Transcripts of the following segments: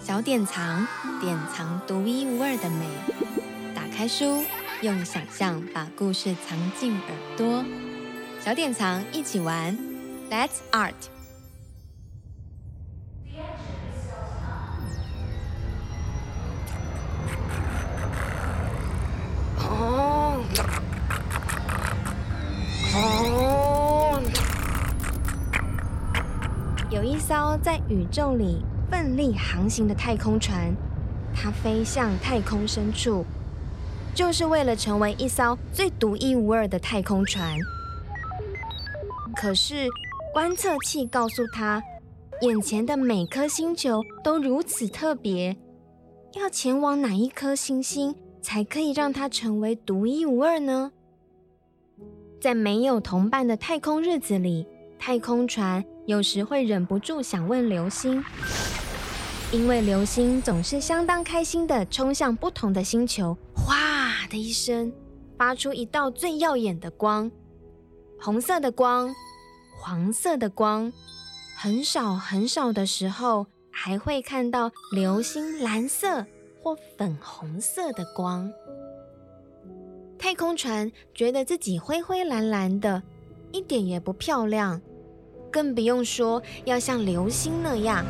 小典藏，典藏独一无二的美。打开书，用想象把故事藏进耳朵。小典藏一起玩 ，Let's Art。有一艘在宇宙里奋力航行的太空船，它飞向太空深处，就是为了成为一艘最独一无二的太空船。可是观测器告诉它，眼前的每颗星球都如此特别，要前往哪一颗行星才可以让它成为独一无二呢？在没有同伴的太空日子里，太空船有时会忍不住想问流星，因为流星总是相当开心地冲向不同的星球，哗的一声，发出一道最耀眼的光，红色的光，黄色的光，很少很少的时候还会看到流星蓝色或粉红色的光。太空船觉得自己灰灰蓝蓝的，一点也不漂亮，更不用说要像流星那样。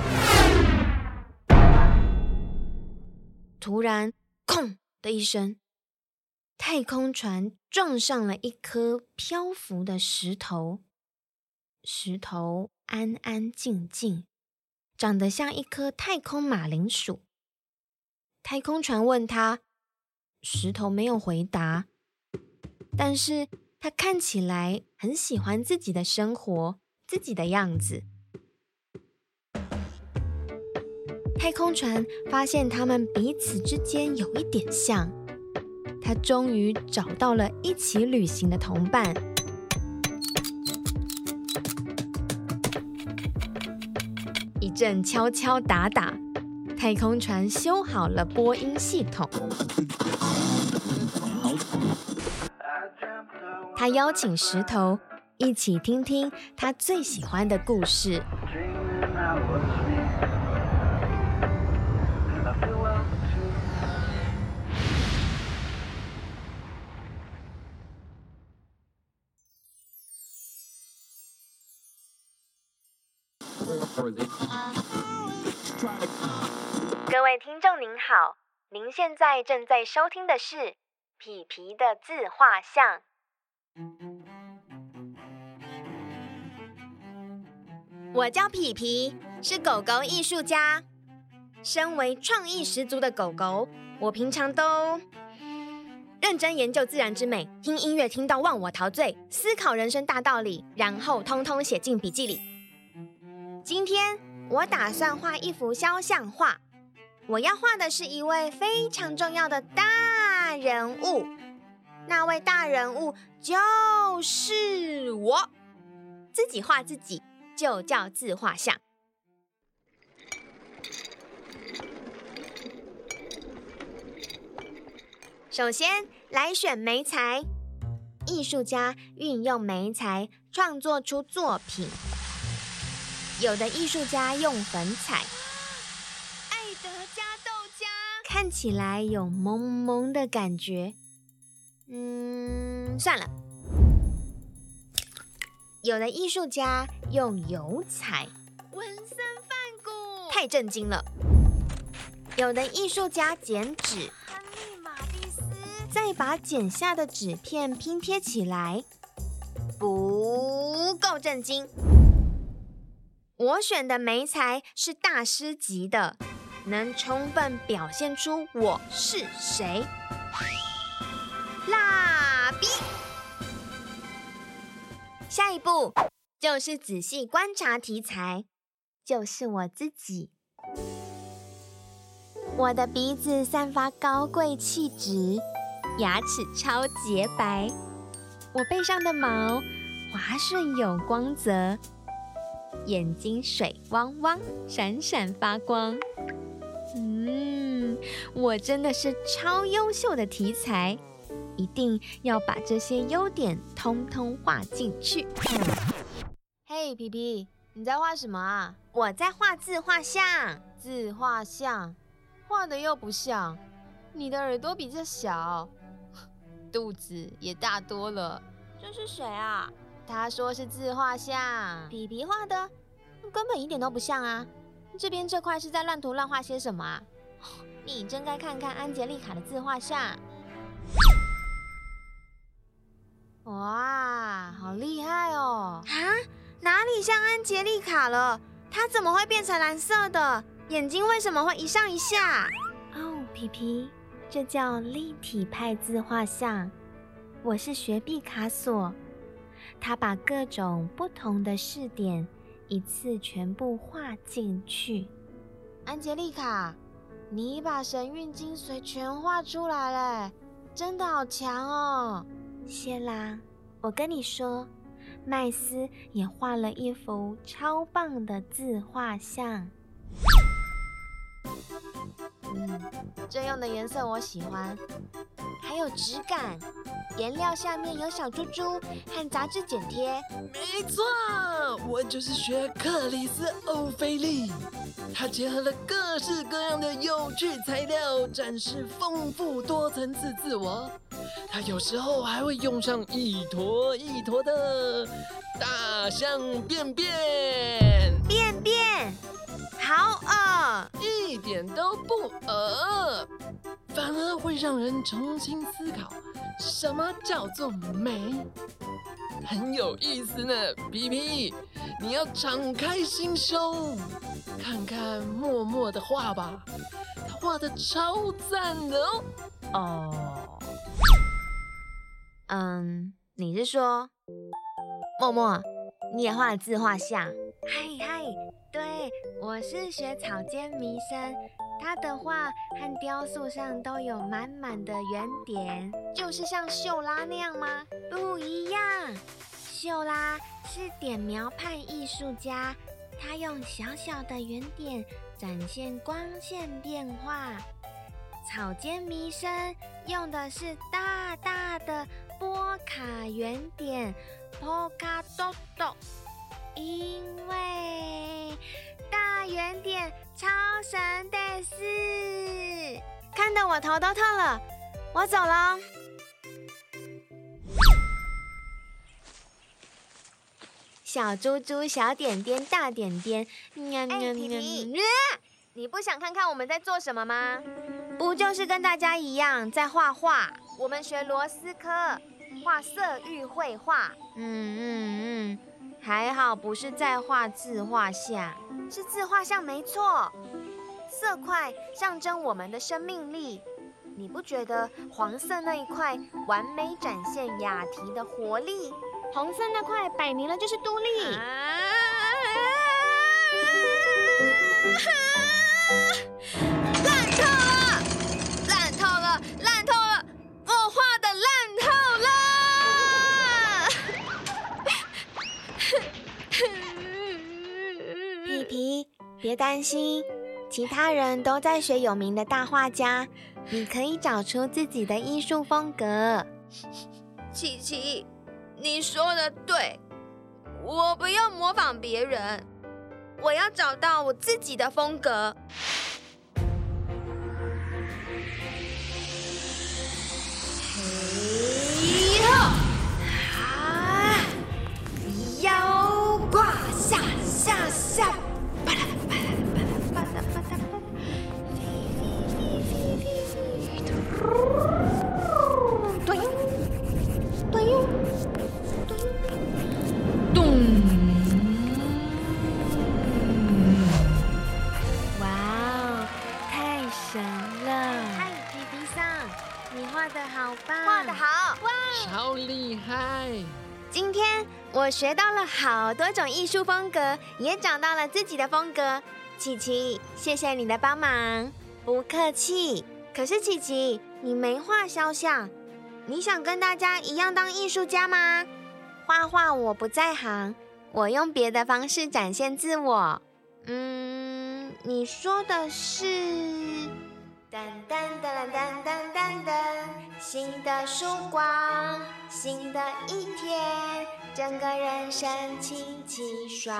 突然，哐的一声，太空船撞上了一颗漂浮的石头。石头安安静静，长得像一颗太空马铃薯。太空船问他，石头没有回答，但是他看起来很喜欢自己的生活，自己的样子。太空船发现他们彼此之间有一点像，他终于找到了一起旅行的同伴。一阵敲敲打打，太空船修好了播音系统。他邀请石头一起听听他最喜欢的故事。各位听众您好，您现在正在收听的是皮皮的自画像。我叫皮皮，是狗狗艺术家。身为创意十足的狗狗，我平常都认真研究自然之美，听音乐听到忘我陶醉，思考人生大道理，然后通通写进笔记里。今天我打算画一幅肖像画，我要画的是一位非常重要的大人物，那位大人物就是我。自己画自己就叫自画像。首先来选媒材，艺术家运用媒材创作出作品。有的艺术家用粉彩，爱德加豆浆，看起来有萌萌的感觉。算了。有的艺术家用油彩，文森梵谷，太震惊了。有的艺术家剪纸，亨利马蒂斯，再把剪下的纸片拼贴起来，不够震惊。我选的媒材是大师级的，能充分表现出我是谁。蜡笔。下一步就是仔细观察题材，就是我自己。我的鼻子散发高贵气质，牙齿超洁白，我背上的毛滑顺有光泽，眼睛水汪汪，闪闪发光。我真的是超优秀的题材，一定要把这些优点通通画进去。嘿，皮皮， 你在画什么啊？ 我在画自画像。 自画像，画的又不像。你的耳朵比这小，肚子也大多了。 这是谁啊？ 他说是自画像， 皮皮画的，根本一点都不像啊！这边这块是在乱涂乱画些什么啊？你真该看看安杰丽卡的自画像。 哇，好厉害哦！ 啊，哪里像安杰丽卡了？她怎么会变成蓝色的？眼睛为什么会一上一下？哦，皮皮，这叫立体派自画像。我是学毕卡索，他把各种不同的视点一次全部画进去。 安杰丽卡，你把神韵精髓全画出来了，真的好强哦！ 谢啦，我跟你说，麦斯也画了一幅超棒的自画像。 这样的颜色我喜欢， 还有质感，颜料下面有小珠珠和杂志剪贴。 没错，我就是学克里斯·欧菲利，他结合了各式各样的有趣材料，展示丰富多层次自我。他有时候还会用上一坨一坨的大象便便。 便便，好恶！ 一点都不恶，反而会让人重新思考什么叫做美，很有意思呢。皮皮，你要敞开心胸，看看默默的画吧，他画的超赞的哦。 你是说默默你也画了自画像？嗨，对，我是学草间弥生，他的画和雕塑上都有满满的圆点。就是像秀拉那样吗？不一样，秀拉是点描派艺术家，他用小小的圆点展现光线变化。草间弥生用的是大大的波卡圆点 polka dot， 因为大圆点超神的是，看得我头都痛了，我走了。小猪猪、小点点、大点点，皮皮，你不想看看我们在做什么吗？不就是跟大家一样在画画？我们学罗斯科画色域绘画。还好不是在画自画像，是自画像没错。色块象征我们的生命力，你不觉得黄色那一块完美展现雅提的活力？红色那块摆明了就是都丽。烂透了！我画的烂透了！皮皮，别担心，其他人都在学有名的大画家，你可以找出自己的艺术风格。 琪琪，你说的对，我不要模仿别人，我要找到我自己的风格。 腰挂下，巴拉巴拉巴拉巴拉巴拉，咚！哇哦，太神了！嗨，皮皮桑，你画得好棒， 画得好，哇！ 超厉害！ 今天我学到了好多种艺术风格，也找到了自己的风格。琪琪，谢谢你的帮忙。不客气。可是琪琪，你没画肖像，你想跟大家一样当艺术家吗？画画我不在行，我用别的方式展现自我。你说的是？噔噔噔噔噔噔噔，新的曙光，新的一天， 整个人神清气爽。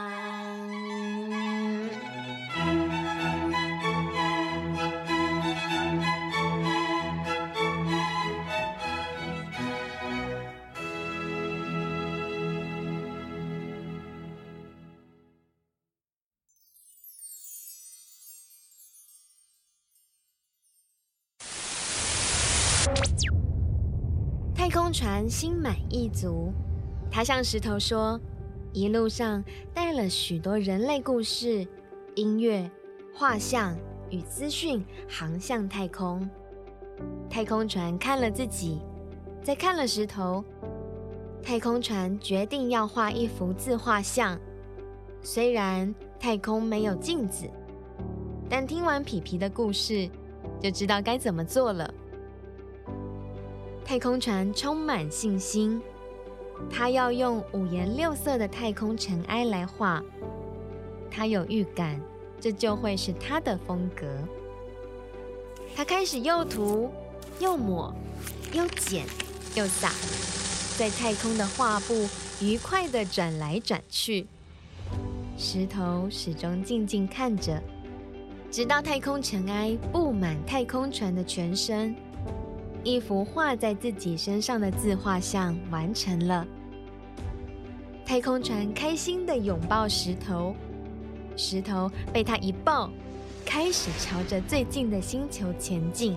太空船心满意足，他向石头说，一路上带了许多人类故事、音乐、画像与资讯航向太空。太空船看了自己，再看了石头，太空船决定要画一幅自画像。虽然太空没有镜子，但听完皮皮的故事，就知道该怎么做了。太空船充满信心，他要用五颜六色的太空尘埃来画。他有预感，这就会是他的风格。他开始又涂又抹，又剪又撒，在太空的画布愉快地转来转去。石头始终静静看着，直到太空尘埃布满太空船的全身。一幅画在自己身上的自画像完成了。太空船开心地拥抱石头，石头被他一抱，开始朝着最近的星球前进。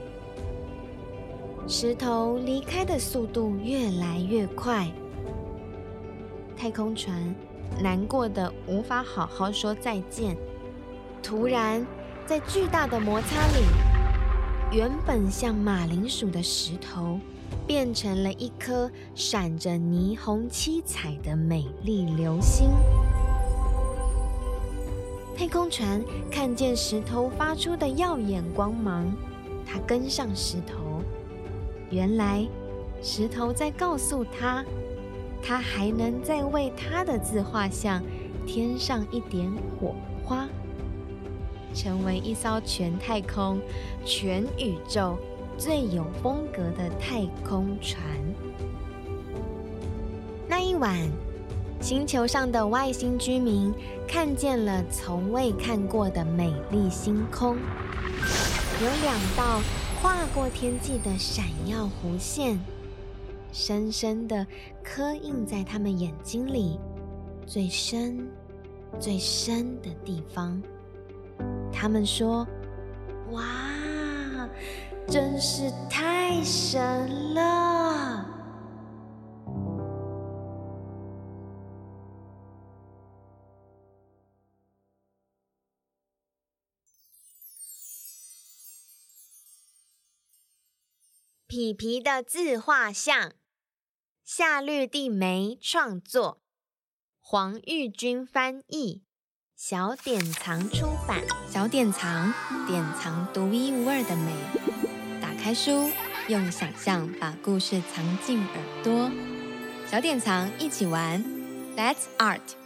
石头离开的速度越来越快，太空船难过得无法好好说再见。突然，在巨大的摩擦里，原本像马铃薯的石头，变成了一颗闪着霓虹七彩的美丽流星。太空船看见石头发出的耀眼光芒，它跟上石头。原来，石头在告诉他，他还能再为他的自画像添上一点火花，成为一艘全太空、全宇宙最有风格的太空船。那一晚，星球上的外星居民看见了从未看过的美丽星空，有2道跨过天际的闪耀弧线，深深地刻印在他们眼睛里最深、最深的地方。他们说：“哇，真是太神了！”皮皮的自画像，夏绿蒂梅创作，黄玉君翻译，小典藏出版。小典藏，典藏独一无二的美。打开书，用想象把故事藏进耳朵。小典藏，一起玩 ，Let's Art。